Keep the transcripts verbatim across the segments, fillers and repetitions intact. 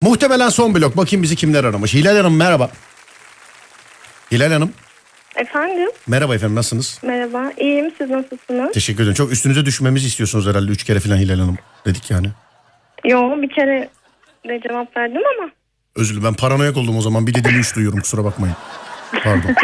Muhtemelen son blok. Bakayım bizi kimler aramış. Hilal Hanım merhaba. Hilal Hanım. Efendim? Merhaba efendim, nasılsınız? Merhaba, iyiyim. Siz nasılsınız? Teşekkür ederim. Çok üstünüze düşmemizi istiyorsunuz herhalde. Üç kere falan Hilal Hanım dedik yani. Yo, bir kere de cevap verdim ama. Özür dilerim, ben paranoyak oldum o zaman. Bir dediğimi üç duyuyorum, kusura bakmayın. Pardon.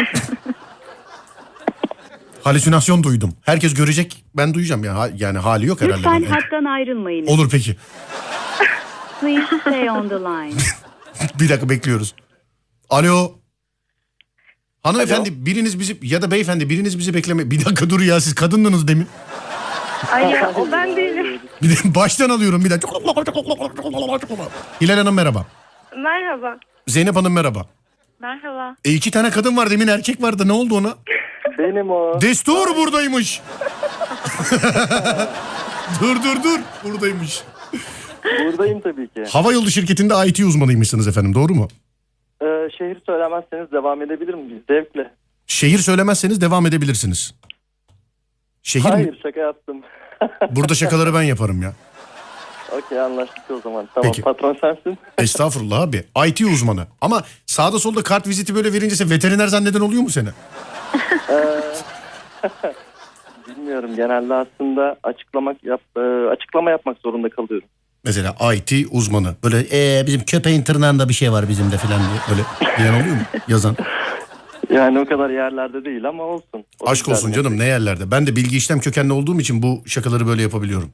Halüsinasyon duydum. Herkes görecek, ben duyacağım ya. Yani hali yok herhalde. Lütfen Ben- hattan ayrılmayın. Olur peki. Please stay on the line. Bir dakika bekliyoruz. Alo. Hanımefendi Alo. biriniz bizi ya da beyefendi biriniz bizi bekleme. Bir dakika dur ya, siz kadındınız demin. Ay ya, o ben değilim. Bir de baştan alıyorum bir dakika. Hilal Hanım merhaba. Merhaba. Zeynep Hanım merhaba. Merhaba. E iki tane kadın var, demin erkek vardı, ne oldu ona? Benim o. Destur buradaymış. dur dur dur buradaymış. Buradayım tabii ki. Hava yolu şirketinde I T uzmanıymışsınız efendim, doğru mu? Ee, şehir söylemezseniz devam edebilir miyiz? Zevkle. Şehir söylemezseniz devam edebilirsiniz. Şehir Hayır mi? şaka yaptım. Burada şakaları ben yaparım ya. Okey, anlaştık o zaman. Tamam, Peki. patron sensin. Estağfurullah abi. I T uzmanı. Ama sağda solda kart viziti böyle verince sen veteriner zanneden oluyor mu seni? Bilmiyorum, genelde aslında açıklamak yap, e, açıklama yapmak zorunda kalıyorum. Mesela I T uzmanı. Böyle ee, bizim köpeğin tırnağında bir şey var bizim de falan diye. Böyle diyen oluyor mu? Yazan. Yani o kadar yerlerde değil ama olsun. O Aşk güzel olsun bir canım, meslek. ne yerlerde. Ben de bilgi işlem kökenli olduğum için bu şakaları böyle yapabiliyorum.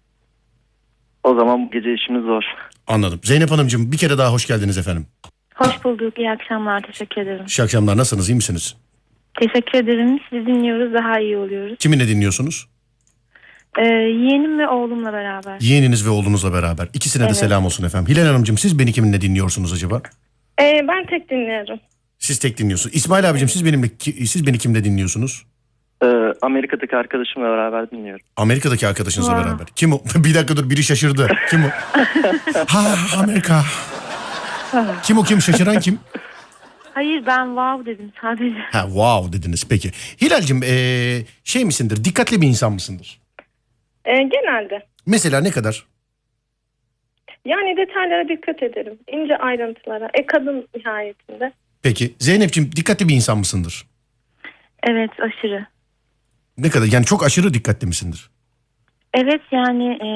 O zaman bu gece işimiz zor. Anladım. Zeynep Hanımcığım bir kere daha hoş geldiniz efendim. Hoş bulduk. İyi akşamlar. Teşekkür ederim. İyi akşamlar, nasılsınız, iyi misiniz? Teşekkür ederim. Sizi dinliyoruz. Daha iyi oluyoruz. Kiminle dinliyorsunuz? Ee, yeğenim ve oğlumla beraber. Yeğeniniz ve oğlunuzla beraber. İkisine de Evet. selam olsun efendim. Hilal Hanımcığım siz beni kiminle dinliyorsunuz acaba? Ee, ben tek dinliyorum. Siz tek dinliyorsunuz. İsmail abicim siz benimle ki- siz beni kimle dinliyorsunuz? Ee, Amerika'daki arkadaşımla beraber dinliyorum. Amerika'daki arkadaşınızla Wow. beraber. Kim o? Bir dakika dur, biri şaşırdı. Kim o? Ha, Amerika. Kim o, kim şaşıran kim? Hayır, ben wow dedim sadece. Ha, wow dediniz peki. Hilal'cim ee, şey misindir, dikkatli bir insan mısındır? Ee, genelde. Mesela ne kadar? Yani detaylara dikkat ederim. İnce ayrıntılara. E kadın nihayetinde. Peki Zeynep'ciğim dikkatli bir insan mısındır? Evet, aşırı. Ne kadar, yani çok aşırı dikkatli misindir? Evet, yani e,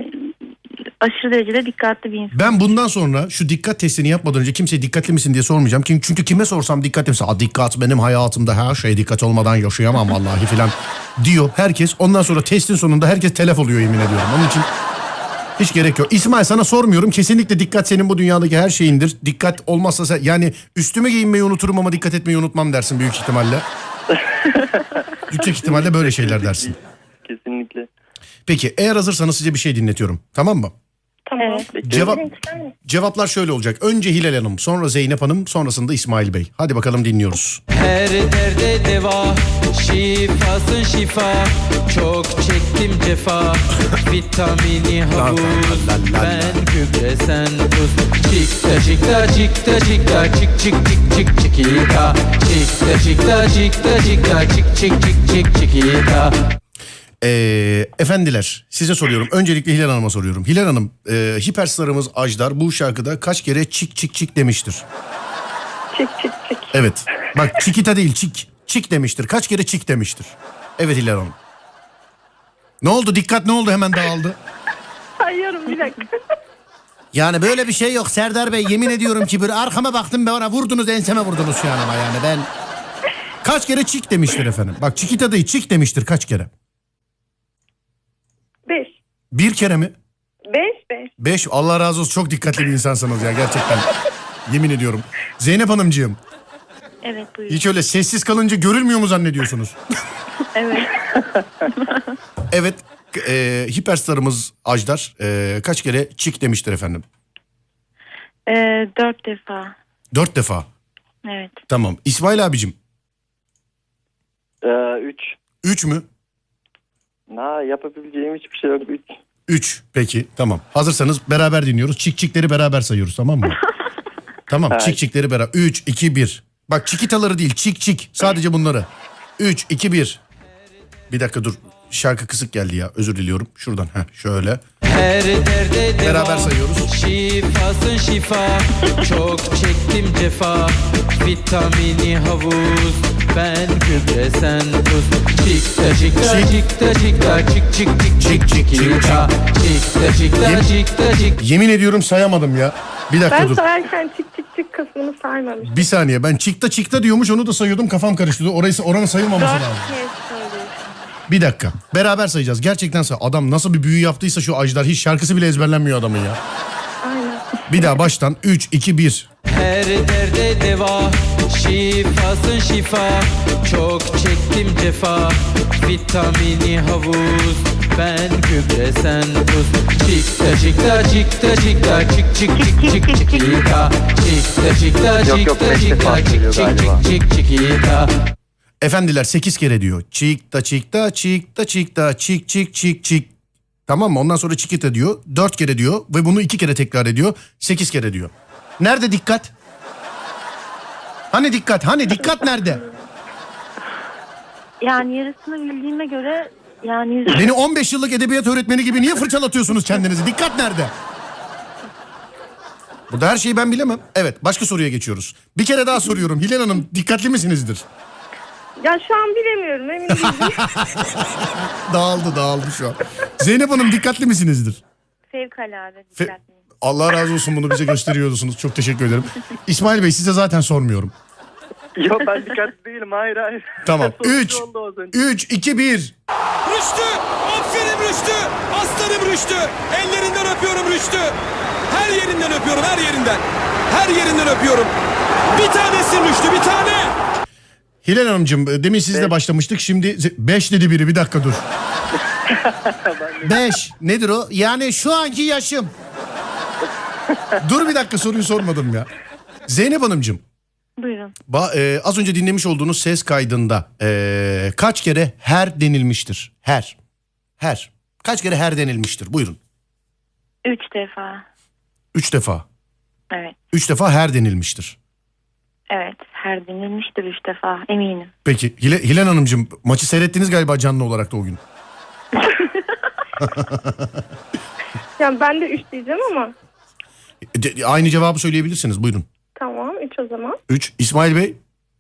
aşırı derecede dikkatli bir insan. Ben bundan sonra şu dikkat testini yapmadan önce kimseye dikkatli misin diye sormayacağım. Kim- Çünkü kime sorsam dikkatli misin? Aa, dikkat benim hayatımda her şey, dikkat olmadan yaşayamam vallahi filan diyor herkes. Ondan sonra testin sonunda herkes telef oluyor, yemin ediyorum. Onun için hiç gerek yok. İsmail sana sormuyorum. Kesinlikle dikkat senin bu dünyadaki her şeyindir. Dikkat olmazsa sen, yani üstüme giyinmeyi unuturum ama dikkat etmeyi unutmam dersin büyük ihtimalle. Yüksek ihtimalle böyle şeyler dersin. Kesinlikle. Peki eğer hazırsanız size bir şey dinletiyorum. Tamam mı? Tamam. Evet. Cevap Cevaplar şöyle olacak. Önce Hilal Hanım, sonra Zeynep Hanım, sonrasında İsmail Bey. Hadi bakalım dinliyoruz. Her derde deva, şifasın şifa. Çok çektim cefa, vitamini havuz. Ben gübre sen tuz. Çikta çikta çikta çikta çik çik çik çik çikita. Çikta çikta çikta çikta çik çik çik çik çikita. Ee, efendiler size soruyorum. Öncelikle Hilal Hanım'a soruyorum. Hilal Hanım, e, hiperstarımız Ajdar bu şarkıda kaç kere çik çik çik demiştir? Çık çık çık. Evet. Bak çikita değil, çik. Çik demiştir. Kaç kere çik demiştir? Evet Hilal Hanım. Ne oldu? Dikkat ne oldu? Hemen dağıldı. Sayıyorum bir dakika. Yani böyle bir şey yok Serdar Bey. Yemin ediyorum ki böyle arkama baktım ve ona vurdunuz, enseme vurdunuz şu an ama yani ben... Kaç kere çik demiştir efendim? Bak çikita değil, çik demiştir kaç kere? Beş. Bir kere mi? Beş beş. Beş. Allah razı olsun, çok dikkatli bir insansınız ya gerçekten. Yemin ediyorum. Zeynep Hanımcığım, Evet, buyurun. hiç öyle sessiz kalınca görülmüyor mu zannediyorsunuz? Evet. Evet. E, hiperstarımız Ajdar e, kaç kere çik demiştir efendim? Ee, dört defa. Dört defa. Evet. Tamam. İsmail abicim. Ee, üç. Üç mü? Na yapabileceğim hiçbir şey yok. Üç. Üç. Peki tamam. Hazırsanız beraber dinliyoruz. Çik çikleri beraber sayıyoruz, tamam mı? Tamam. Evet. Çik çikleri beraber. Üç, iki, bir. Bak çikitaları değil, çik çik. Sadece bunları. Üç, iki, bir. Bir dakika dur. şarkı kısık geldi ya. Özür diliyorum. Şuradan heh, şöyle. Her derde deva, Beraber sayıyoruz. şifasın şifa. Çok çektim cefa, vitamini havuz. Ben gübre sen tuz. Çikta çikta Çik. çikta çikta çik çik çik Çik, çik, çik, çikta çikta çikta Yem- çikta çik. Yemin ediyorum sayamadım ya. Bir dakika Ben dur. sayarken çık çık çık kısmını saymamıştım. Bir saniye, ben çikta çikta diyormuş, onu da sayıyordum, kafam karıştı. Orayı, oranın sayılmaması Dört lazım. kez söylüyorsun. Bir dakika. Beraber sayacağız. Gerçekten say. Adam nasıl bir büyü yaptıysa şu Ajdar, hiç şarkısı bile ezberlenmiyor adamın ya. Aynen. Bir daha baştan. üç, iki, bir. Her derde deva, şifasın şifa. Çok çektim cefa, vitamini havuz. Ben gübre sen tuz. Çikta çikta çikta çikta çik çik çik çik çik çikta. Çikta çikta Yok, yok, çikta beş çikta defa çik söylüyor çik galiba. çik çik çikta. Efendiler sekiz kere diyor. Çikta çikta çikta çikta çik çik çik çik. Tamam mı? Ondan sonra çikita diyor. Dört kere diyor ve bunu iki kere tekrar ediyor. Sekiz kere diyor. Nerede dikkat? Hani dikkat? Hani dikkat nerede? Yani yarısını bildiğime göre yani yüz... Beni on beş yıllık edebiyat öğretmeni gibi niye fırçalatıyorsunuz kendinizi? Dikkat nerede? Burada her şeyi ben bilemem. Evet, başka soruya geçiyoruz. Bir kere daha soruyorum. Hilal Hanım, dikkatli misinizdir? Ya şu an bilemiyorum, emin değilim. Dağıldı, dağıldı şu an. Zeynep Hanım, dikkatli misinizdir? Fevkalade Fe- dikkatliyim. Allah razı olsun, bunu bize gösteriyorsunuz. Çok teşekkür ederim. İsmail Bey, size zaten sormuyorum. Yok ben dikkatli değilim, hayır hayır. Tamam. Sonucu üç, oldu az önce. üç, iki, bir. Rüştü! Aferin Rüştü! Aslanım Rüştü! Ellerinden öpüyorum Rüştü! Her yerinden öpüyorum, her yerinden. Her yerinden öpüyorum. Bir tanesin Rüştü, bir tane! Hilal Hanımcığım, demin sizle Beş. başlamıştık. Şimdi ze- beş dedi biri. Bir dakika dur. Beş. Nedir o? Yani şu anki yaşım. Dur bir dakika, soruyu sormadım ya. Zeynep Hanımcığım. Buyurun. Ba- e, az önce dinlemiş olduğunuz ses kaydında e, kaç kere her denilmiştir? Her. Her. Kaç kere her denilmiştir? Buyurun. Üç defa. Üç defa. Evet. Üç defa her denilmiştir. Evet. Her denilmiştir üç defa. Eminim. Peki Hile, Hilal Hanımcığım, maçı seyrettiniz galiba canlı olarak da o gün. Yani ben de üç diyeceğim ama. E, de- aynı cevabı söyleyebilirsiniz. Buyurun. Tamam, üç o zaman. Üç. İsmail Bey.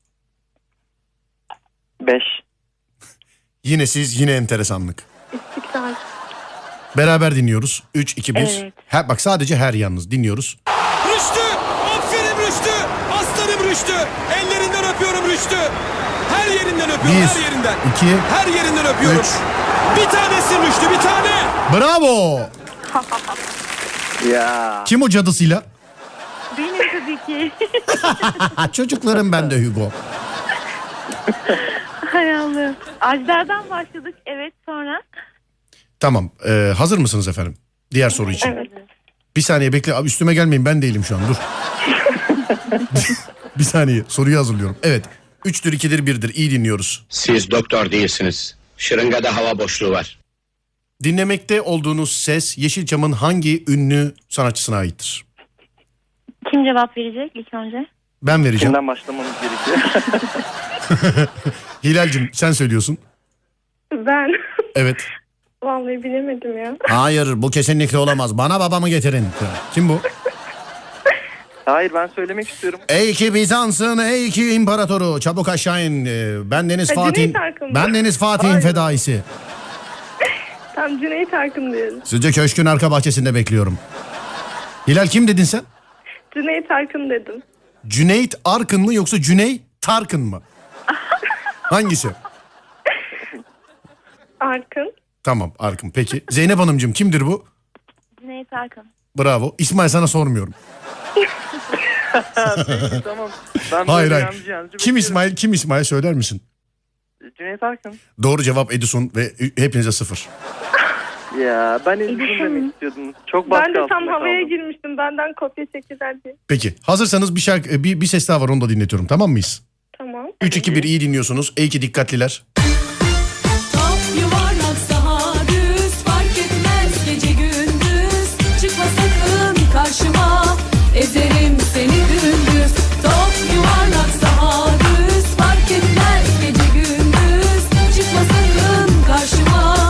Beş. Yine siz, yine enteresanlık. İstiklal. Beraber dinliyoruz. Üç, iki, bir. Evet. Her, bak sadece her yalnız dinliyoruz. Rüştü! Aferin Rüştü! Aslanım Rüştü! Ellerinden öpüyorum Rüştü! Her yerinden öpüyorum, Bir, her yerinden. iki, Her yerinden öpüyorum. üç. Bir tanesin Rüştü, bir tane! Bravo. Ya. Kim o cadısıyla? Benim tabii ki. Ha, çocuklarım ben de Hugo. Hay Allah. Ajdar'dan başladık. Evet, sonra. Tamam. e, hazır mısınız efendim? Diğer soru için. Evet. Bir saniye bekle. Abi, üstüme gelmeyin, ben değilim şu an. Dur. Bir saniye. Soruyu hazırlıyorum. Evet. Üçtür, ikidir, birdir. İyi dinliyoruz. Siz doktor değilsiniz. Şırıngada hava boşluğu var. Dinlemekte olduğunuz ses Yeşilçam'ın hangi ünlü sanatçısına aittir? Kim cevap verecek ilk önce? Ben vereceğim. Kimden başlamamız gerekiyor? Hilal'cim sen söylüyorsun. Ben. Evet. Vallahi bilemedim ya. Hayır, bu kesinlikle olamaz. Bana babamı getirin. Kim bu? Hayır ben söylemek istiyorum. Ey ki Bizans'ın, ey ki imparatoru. Çabuk aşağı in. Ee, Ben Deniz Ha, Fatih'in. Cüneyt Arkın mı? Ben Deniz Fatih'in Hayır. fedaisi. Tam Cüneyt Arkın diyorum. Sizce köşkün arka bahçesinde bekliyorum. Hilal, kim dedin sen? Cüneyt Arkın dedim. Cüneyt Arkın mı yoksa Cüney Tarkın mı? Hangisi? Arkın. Tamam, Arkın. Peki. Zeynep Hanımcığım, kimdir bu? Cüneyt Arkın. Bravo. İsmail, sana sormuyorum. Tamam. Ben Hayır böyle hayır. yancı yancı Kim bakıyorum. İsmail? Kim İsmail söyler misin? Cüneyt Arkın. Doğru cevap Edison ve hepinize sıfır. Ya ben Edison Edison demek mu? istiyordum. Çok baskı Ben de tam altında havaya kaldım. girmiştim. Benden kopya çektiler diye. Peki. Hazırsanız bir şarkı bir, bir ses daha var, onu da dinletiyorum. Tamam mıyız? Tamam. üç iki bir iyi dinliyorsunuz. Ey ki dikkatliler. Top yuvarlak saha düz fark etmez gece gündüz. Çıkma sakın karşıma ezerim seni gündüz. Top yuvarlak saha düz fark etmez gece gündüz. Çıkma sakın karşıma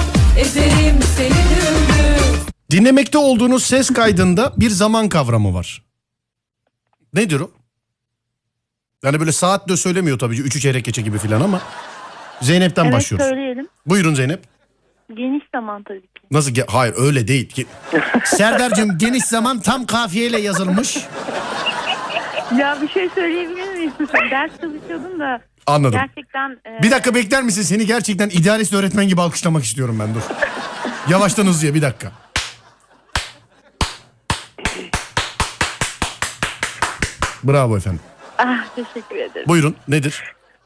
Dinlemekte olduğunuz ses kaydında bir zaman kavramı var. Nedir o? Yani böyle saat de söylemiyor tabii. Üçü çeyrek geçe gibi filan ama. Zeynep'ten Evet, başlıyoruz. söyleyelim. Buyurun Zeynep. Geniş zaman tabii ki. Nasıl? Ge- Hayır öyle değil. Ki- Serdar'cığım geniş zaman tam kafiyeyle yazılmış. Ya bir şey söyleyebilir miyim? Ders çalışıyordum da Anladım. gerçekten... e, Bir dakika bekler misin? Seni gerçekten idealist öğretmen gibi alkışlamak istiyorum ben, dur. Yavaştan hızlıya bir dakika. Bravo efendim. Ah, teşekkür ederim. Buyurun, nedir?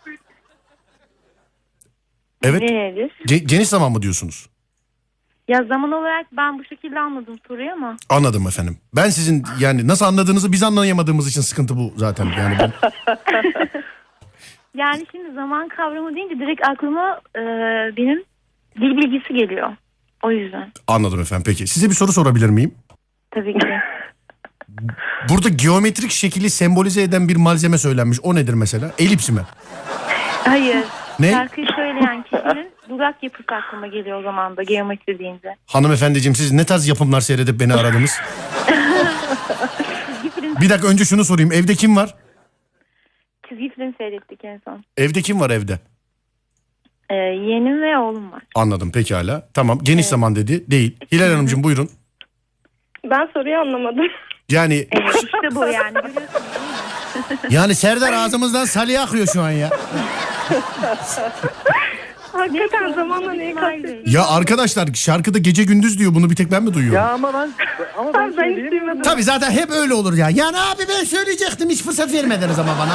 Evet. Ne nedir? Ge- geniş zaman mı diyorsunuz? Ya zaman olarak ben bu şekilde anladım soruyu ama. Anladım efendim. Ben sizin yani nasıl anladığınızı biz anlayamadığımız için sıkıntı bu zaten. Yani ben... Yani şimdi zaman kavramı deyince direkt aklıma e, benim dil bilgisi geliyor. O yüzden. Anladım efendim, peki. Size bir soru sorabilir miyim? Tabii ki. Burada geometrik şekli sembolize eden bir malzeme söylenmiş. O nedir mesela? Elips mi? Hayır. Ne? Şarkıyı söyleyen kişinin dudak yapısı aklıma geliyor o zaman da geometri deyince. Hanımefendiciğim, siz ne tarz yapımlar seyredip beni aradınız? Çizgi film, Bir dakika, önce şunu sorayım. Evde kim var? çizgi film seyrettik en son. Evde kim var evde? Ee, yeğenim ve oğlum var. Anladım, pekala. Tamam, geniş zaman dedi. Değil. Hilal Hanımcığım buyurun. Ben soruyu anlamadım. Yani Evet, işte bu yani. Görüyorsunuz değil mi? yani Serdar ağzımızdan salya akıyor şu an ya. Hakikaten zamanla neyi kastettin? Ya arkadaşlar, şarkıda gece gündüz diyor. Bunu bir tek ben mi duyuyorum? Ya ama ben ama ben Ben hiç söyleyeyim. duymadım. Tabii zaten hep öyle olur ya. Yani abi ben söyleyecektim, hiç fırsat vermediniz ama bana.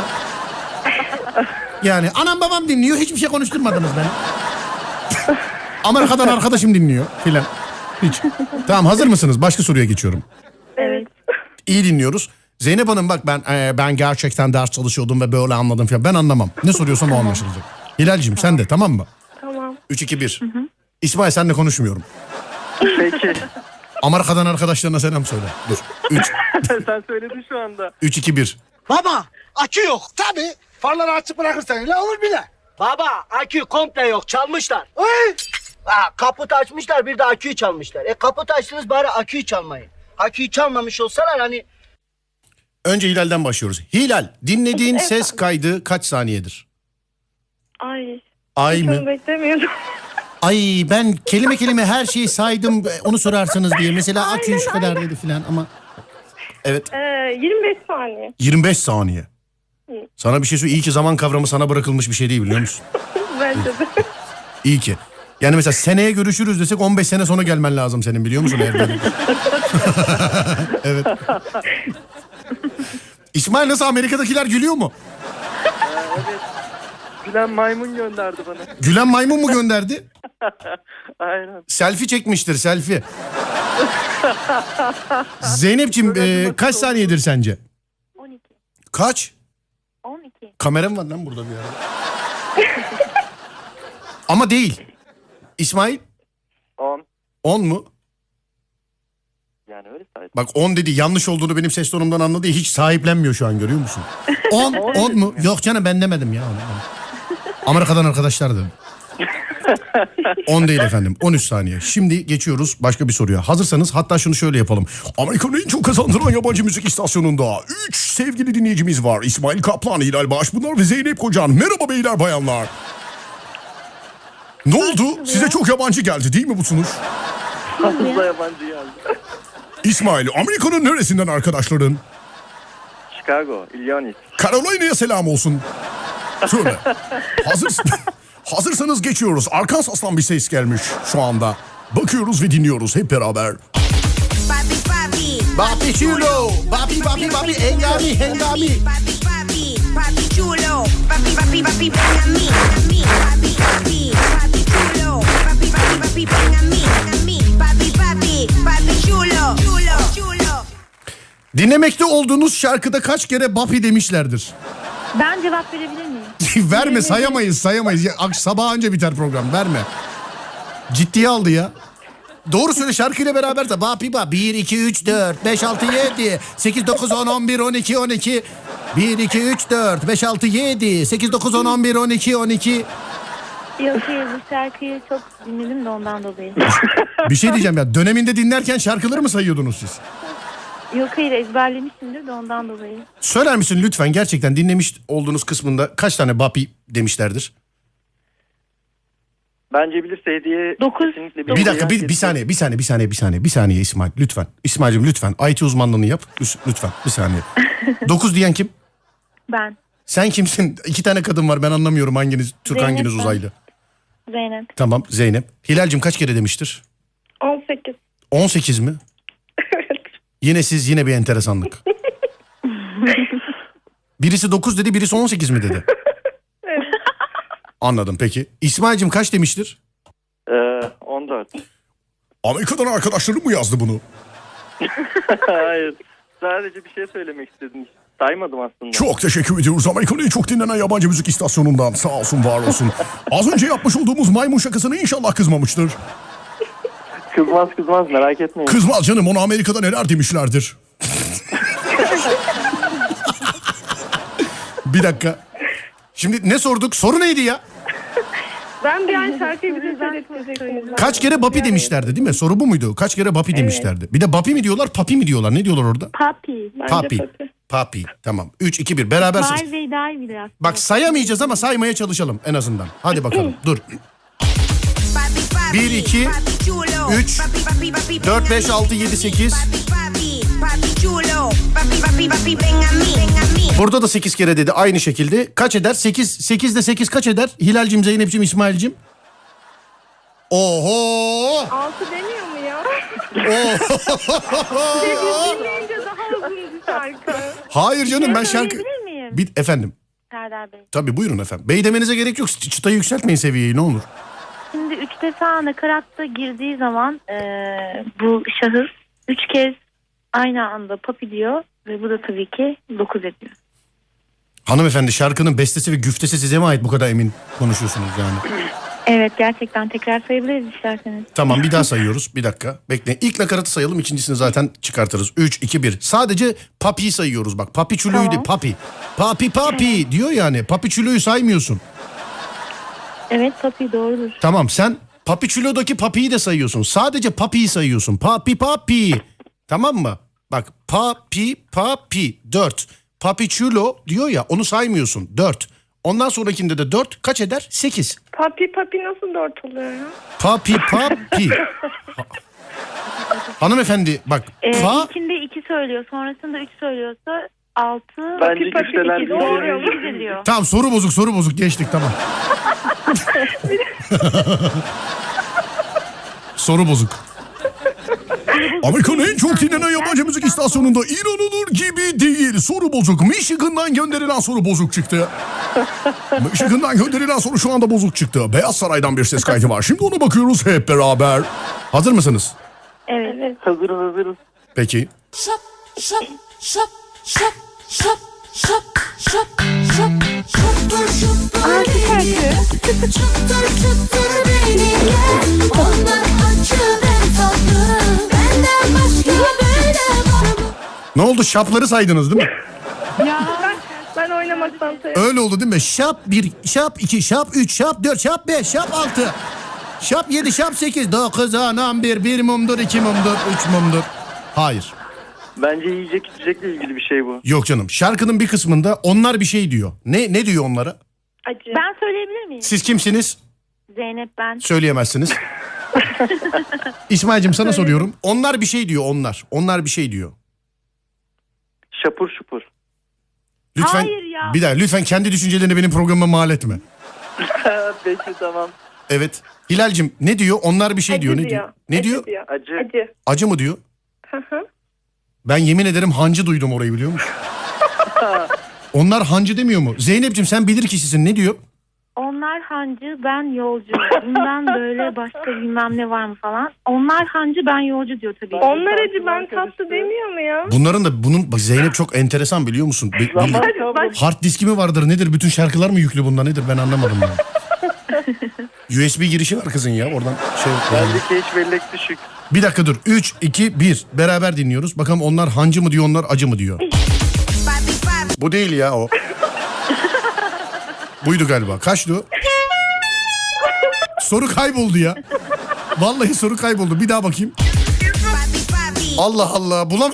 Yani anam babam dinliyor, hiçbir şey konuşturmadınız beni. Amerika'dan arkadaşım dinliyor filan. Hiç. Tamam, hazır mısınız? Başka soruya geçiyorum. Evet. İyi dinliyoruz. Zeynep Hanım bak, ben e, ben gerçekten ders çalışıyordum ve böyle anladım filan. Ben anlamam. Ne soruyorsam o anlaşılacak. Hilal'cim sen de, tamam mı? Tamam. üç iki bir. İsmail, senle konuşmuyorum. Peki. Amerika'dan arkadaşlarına selam söyle. Dur. üç Sen söyledin şu anda. üç iki bir. Baba akü yok. Tabii. Farları açık bırakırsan öyle olur bile. Baba akü komple yok, çalmışlar. Oy. Ha, kaput açmışlar, bir de aküyü çalmışlar. E kaput açtınız, bari aküyü çalmayın. Aküyü çalmamış olsalar hani... Önce Hilal'den başlıyoruz. Hilal, dinlediğin ses kaydı kaç saniyedir? Ay. Ay Hiç mı? onu beklemiyordum. Ay, ben kelime kelime her şeyi saydım, onu sorarsınız diye. Mesela akü şu kadar dedi filan ama... Evet. Ee, yirmi beş saniye. yirmi beş saniye. Sana bir şey söyleyeyim. İyi ki zaman kavramı sana bırakılmış bir şey değil, biliyor musun? Bence de. İyi ki. Yani mesela seneye görüşürüz desek on beş sene sonra gelmen lazım senin, biliyor musun? Eğer böyle- Evet. İsmail, nasıl, Amerika'dakiler gülüyor mu? Evet. Gülen maymun gönderdi bana. Gülen maymun mu gönderdi? Aynen. Selfie çekmiştir, selfie. Zeynep'ciğim e, kaç saniyedir sence? on iki. Kaç? on iki. Kameram var lan burada bir yerde. Ama değil. İsmail? on. on mu? Yani öyle saydım. Bak on dedi, yanlış olduğunu benim ses tonumdan anladı. Hiç sahiplenmiyor şu an, görüyor musun? on, on mu? Yok canım, ben demedim ya. Amerika'dan arkadaşlar dedim. on değil efendim, on üç saniye. Şimdi geçiyoruz başka bir soruya. Hazırsanız hatta şunu şöyle yapalım. Amerika'nın en çok kazandıran yabancı müzik istasyonunda üç sevgili dinleyicimiz var. İsmail Kaplan, Hilal Başpınar ve Zeynep Kocan. Merhaba beyler bayanlar. Ne oldu? Size çok yabancı geldi değil mi bu sunuş? Fazla yabancı geldi. İsmail, Amerika'nın neresinden arkadaşların? Chicago, Illinois. Carolina'ya selam olsun. Söyle. Hazır, hazırsanız geçiyoruz. Arkansas'tan bir ses gelmiş şu anda. Bakıyoruz ve dinliyoruz hep beraber. Papi chulo, papi papi papi, engami engami. Papi, papi, papi chulo. Papi, papi, papi, ven a mí, a mí. Papi, papi, papi chulo. Papi, papi, papi, ven a mí, a mí. Papi, papi, papi chulo. Chulo, chulo. Dinlemekte olduğunuz şarkıda kaç kere papi demişlerdir? Ben cevap verebilir miyim? Verme, sayamayız sayamayız. Ya, ak- sabah anca biter program, verme. Ciddiye aldı ya. Doğru söyle, şarkıyla beraber de papi pa bir iki üç dört beş altı yedi sekiz dokuz on on bir on iki on iki bir iki üç dört beş altı yedi sekiz dokuz on on bir on iki on iki Yok hayır, bu şarkıyı çok dinledim de ondan dolayı. Bir şey diyeceğim ya, döneminde dinlerken şarkıları mı sayıyordunuz siz? Yok hayır, ezberlemişimdir de ondan dolayı. Söyler misin lütfen, gerçekten dinlemiş olduğunuz kısmında kaç tane Bapi demişlerdir? Bence bilirse hediye Dokuz. kesinlikle Bir dakika, bir, bir saniye, bir saniye, bir saniye, bir saniye, bir saniye İsmail, lütfen. İsmail'cim lütfen, I T uzmanlığını yap, lütfen, bir saniye. Dokuz diyen kim? Ben. Sen kimsin? İki tane kadın var, ben anlamıyorum hanginiz Türk, Zeynep hanginiz ben. uzaylı. Zeynep. Tamam, Zeynep. Hilal'cim kaç kere demiştir? on sekiz. on sekiz mi? Yine siz, yine bir enteresanlık. Birisi dokuz dedi, birisi on sekiz mi dedi? Evet. Anladım, peki. İsmail'cim kaç demiştir? Ee, on dört. Amerika'dan arkadaşlarım mı yazdı bunu? Hayır. Sadece bir şey söylemek istedim. Saymadım aslında. Çok teşekkür ediyoruz. Amerika'nın en çok dinlenen yabancı müzik istasyonundan. Sağ olsun, var olsun. Az önce yapmış olduğumuz maymun şakasını inşallah kızmamıştır. Kızmaz kızmaz, merak etmeyin. Kızmaz canım, ona Amerika'da neler demişlerdir. Bir dakika. Şimdi ne sorduk? Soru neydi ya? Ben bir an şarkıyı bize söyletmeyecektiniz. Kaç kere Bapi demişlerdi değil mi? Soru bu muydu? Kaç kere Bapi demişlerdi? Bir de Bapi mi diyorlar, Papi mi diyorlar? Ne diyorlar orada? Papi. Bence Papi. Papi. Papi. Tamam. üç, iki, bir. Berabersiniz. Var ve daha bile aslında. Bak sayamayacağız ama saymaya çalışalım en azından. Hadi bakalım. Dur. Bir, iki, üç, dört, beş, altı, yedi, sekiz. Burada da sekiz kere dedi aynı şekilde. Kaç eder? sekiz. sekizde sekiz kaç eder? Hilal'cim, Zeynep'cim, İsmail'cim. Oho! altı demiyor mu ya? Oho! Dinleyince daha uzun bir şarkı. Hayır canım, ben şarkı... Söyleyebilir miyim? Bir, efendim. Serdar Bey. Tabii buyurun efendim. Bey demenize gerek yok. Çı- Çıtayı yükseltmeyin seviyeyi, ne olur. Şimdi üç defa nakaratta girdiği zaman eee, bu şahıs üç kez aynı anda papi diyor ve bu da tabii ki dokuz ediyor. Hanımefendi, şarkının bestesi ve güftesi size mi ait, bu kadar emin konuşuyorsunuz yani? Evet, gerçekten tekrar sayabiliriz isterseniz. Tamam, bir daha sayıyoruz. Bir dakika. Bekleyin. İlk nakaratı sayalım. İkincisini zaten çıkartırız. üç, iki, bir. Sadece Papi'yi sayıyoruz bak. Papi Çulu'yu Tamam. değil, Papi. Papi Papi diyor yani. Papi Çulu'yu saymıyorsun. Evet, papi doğrudur. Tamam, sen Papi Çulu'daki Papi'yi de sayıyorsun. Sadece Papi'yi sayıyorsun. Papi Papi. Tamam mı? Bak, Papi Papi. dört. Papi Çulo diyor ya, onu saymıyorsun. dört. Ondan sonrakinde de dört kaç eder? sekiz. Papi papi nasıl dört oluyor ya? Papi Papi. Ha- Hanımefendi bak. Ee, Pa... ilkinde iki söylüyor, sonrasında üç söylüyorsa altı. Bence papi güçteler iki değil. doğru. sekiz ediyor. Tamam, soru bozuk, soru bozuk, geçtik, tamam. Soru bozuk. Amerika'nın en çok dinlenen yabancı müzik istasyonunda inanılır gibi değil. Soru bozuk. Michigan'dan gönderilen soru bozuk çıktı. Michigan'dan gönderilen soru şu anda bozuk çıktı. Beyaz Saray'dan bir ses kaydı var. Şimdi ona bakıyoruz hep beraber. Hazır mısınız? Evet. Hazırız hazırız. Peki. Şap şap şap şap şap şap şap şap şapır şapır beni çıtır çıtır beni onlar acı ve tatlı benden başka böyle var mı? Ne oldu, şapları saydınız değil mi? Ben, ben oynamaktan sayarım. Öyle oldu değil mi? Şap bir, şap iki, şap üç, şap dört, şap beş, şap altı. Şap yedi, şap sekiz, dokuz, on, on bir, bir mumdur, iki mumdur, üç mumdur. Hayır. Bence yiyecek içecekle ilgili bir şey bu. Yok canım. Şarkının bir kısmında onlar bir şey diyor. Ne ne diyor onlara? Acı. Ben söyleyebilir miyim? Siz kimsiniz? Zeynep ben. Söyleyemezsiniz. İsmail'cim sana soruyorum. Onlar bir şey diyor, onlar. Onlar bir şey diyor. Şapur şupur. Lütfen, Hayır ya. bir daha lütfen kendi düşüncelerini benim programıma mal etme. Peki tamam. Evet. Hilal'cim ne diyor? Onlar bir şey Acı diyor. Ne diyor? Ne Acı diyor? Acı. Acı. Acı mı diyor? Hı hı. Ben yemin ederim hancı duydum orayı, biliyor musun? Onlar hancı demiyor mu? Zeynep'ciğim sen bilir kişisin. Ne diyor? Onlar hancı, ben yolcu. Bundan böyle başka bilmem ne var mı falan. Onlar hancı, ben yolcu diyor tabii. Onlar acı ben tatlı demiyor mu ya? Bunların da bunun bak Zeynep çok enteresan, biliyor musun? Bi- Zaman bil- Hadi bak. hard diski mi vardır nedir? Bütün şarkılar mı yüklü bunda nedir? Ben anlamadım ya. U S B girişi var kızın ya. Oradan şey yok yani. Bendeki hiç bellek düşük. Bir dakika dur. üç, iki, bir. Beraber dinliyoruz. Bakalım onlar hancı mı diyor, onlar acı mı diyor. Bu değil ya o. Buydu galiba. Kaçtı o? soru kayboldu ya. Vallahi soru kayboldu. Bir daha bakayım. Allah Allah bulam.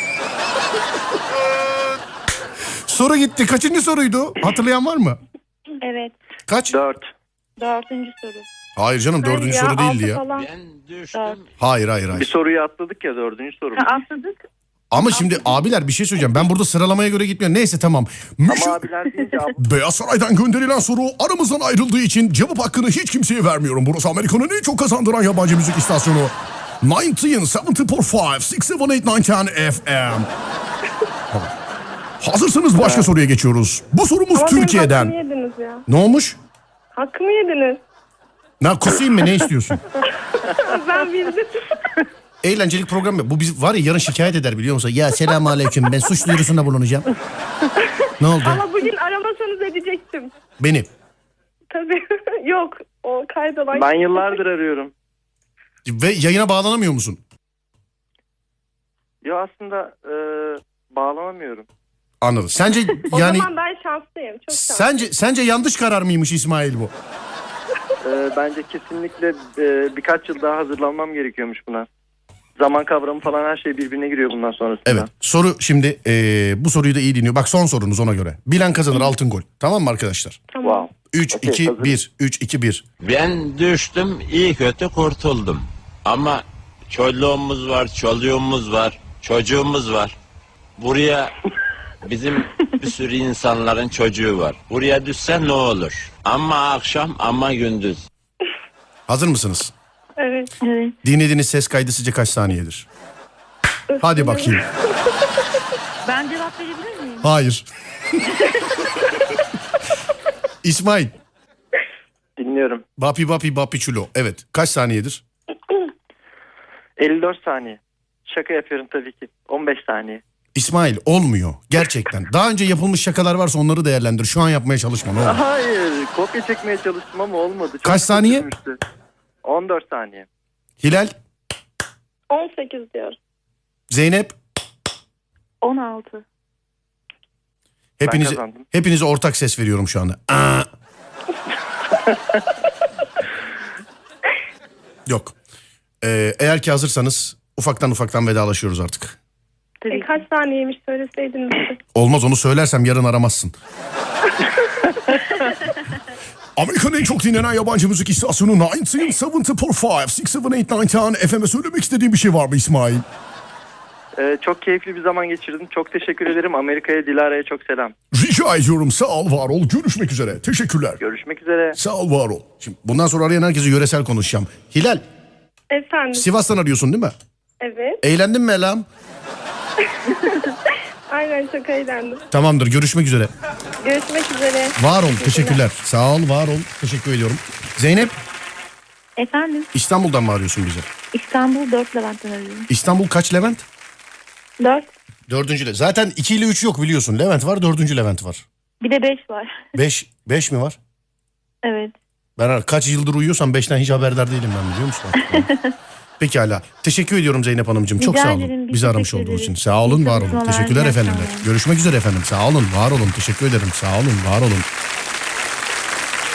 Soru gitti. Kaçıncı soruydu? Hatırlayan var mı? Evet. Kaç? Dört. Dördüncü soru. Hayır canım dördüncü Hayır soru değildi altı ya. falan. Ben düştüm. Hayır hayır Bir hayır. soruyu atladık ya, dördüncü soru. Ha, atladık. Ama şimdi abiler bir şey söyleyeceğim. Ben burada sıralamaya göre gitmiyorum. Neyse tamam. Meşhur- Ama abiler deyince ab- Beyaz Saray'dan gönderilen soru aramızdan ayrıldığı için cevap hakkını hiç kimseye vermiyorum. Burası Amerika'nın en çok kazandıran yabancı müzik istasyonu. dokuz, yedi, beş, altı, altı, yedi, sekiz, dokuz F M. Tamam. Hazırsanız başka soruya geçiyoruz. Bu sorumuz Ama benim Türkiye'den. hakkımı yediniz ya. Ne olmuş? Hakkımı yediniz. Ne kusayım mı ne istiyorsun? Ben bildim. Eğlencelik program ya. Bu biz var ya yarın şikayet eder biliyor musun? Ya selamun aleyküm ben suç duyurusunda bulunacağım. Ne oldu? Ama bugün aramasanız edecektim. Beni. Tabii. Yok. O kaydolan. ben yıllardır arıyorum. Ve yayına bağlanamıyor musun? Ya aslında e, bağlanamıyorum. Anladım. Sence O yani zaman ben şanslıyım. Çok şanslıyım. sence sence yanlış karar mıymış İsmail bu? E, bence kesinlikle e, birkaç yıl daha hazırlanmam gerekiyormuş buna. Zaman kavramı falan her şey birbirine giriyor bundan sonrasında. Evet. Soru şimdi eee, bu soruyu da iyi dinliyor. Bak son sorunuz ona göre. Bilen kazanır altın gol. Tamam mı arkadaşlar? Wow. üç, Okey, iki, hazırım. bir. üç, iki, bir. Ben düştüm, iyi kötü kurtuldum. Ama çoluğumuz var, çoluğumuz var, çocuğumuz var. Buraya bizim bir sürü insanların çocuğu var. Buraya düşse ne olur? Ama akşam ama gündüz. Hazır mısınız? Evet. Evet. Dinlediğiniz ses kaydı sizce kaç saniyedir? Hadi bakayım. Ben cevap verebilir miyim? Hayır. İsmail. Dinliyorum. Bapi bapi bapi çulo. Evet. Kaç saniyedir? elli dört saniye. Şaka yapıyorum tabii ki. on beş saniye. İsmail olmuyor. Gerçekten. Daha önce yapılmış şakalar varsa onları değerlendir. Şu an yapmaya çalışma. Ne olur. Hayır. Kopya çekmeye çalıştım ama olmadı. Çok Kaç saniye? kötüymüştü. on dört saniye. Hilal, on sekiz diyor. Zeynep. on altı. Hepinize, kazandım. hepinize ortak ses veriyorum şu anda. Aa. Yok. Ee, eğer ki hazırsanız ufaktan ufaktan vedalaşıyoruz artık. E, kaç saniyeymiş söyleseydiniz. de. Olmaz onu söylersem yarın aramazsın. Amerika'nın en çok dinlenen yabancı müzik istasyonu dokuz, yedi, beş, altı, beş, altı, yedi, dokuz F M'e söylemek istediğin bir şey var mı İsmail? Ee, çok keyifli bir zaman geçirdim. Çok teşekkür ederim. Amerika'ya, Dilara'ya çok selam. Rica ediyorum, sağ ol, var ol. Görüşmek üzere. Teşekkürler. Görüşmek üzere. Sağ ol, var ol. Şimdi bundan sonra arayan herkese yöresel konuşacağım. Hilal, Efendim. Sivas'tan arıyorsun değil mi? Evet. Eğlendin mi Elam? Aynen çok eğlendim. Tamamdır, görüşmek üzere. Görüşmek üzere. Var ol, teşekkürler. Sağ ol, var ol. Teşekkür ediyorum. Zeynep, Efendim? İstanbul'dan mı arıyorsun bize? İstanbul dört Levent'ten arıyorum. İstanbul kaç Levent? dört. Dördüncü. Le- Zaten iki ile üç yok biliyorsun. Levent var, dördüncü Levent var. Bir de beş var. Beş, beş mi var? Evet. Ben ar- kaç yıldır uyuyorsam beşten hiç haberdar değilim ben biliyor musun? Pekala. Teşekkür ediyorum Zeynep Hanımcığım. Çok Rica sağ ederim, olun. biz Bizi aramış teşekkür olduğunuz için. ederiz. Sağ olun, İyi var olun. çalışmalar, Teşekkürler iyi efendim. akşamlar. Görüşmek üzere efendim. Sağ olun, var olun. Teşekkür ederim. Sağ olun, var olun.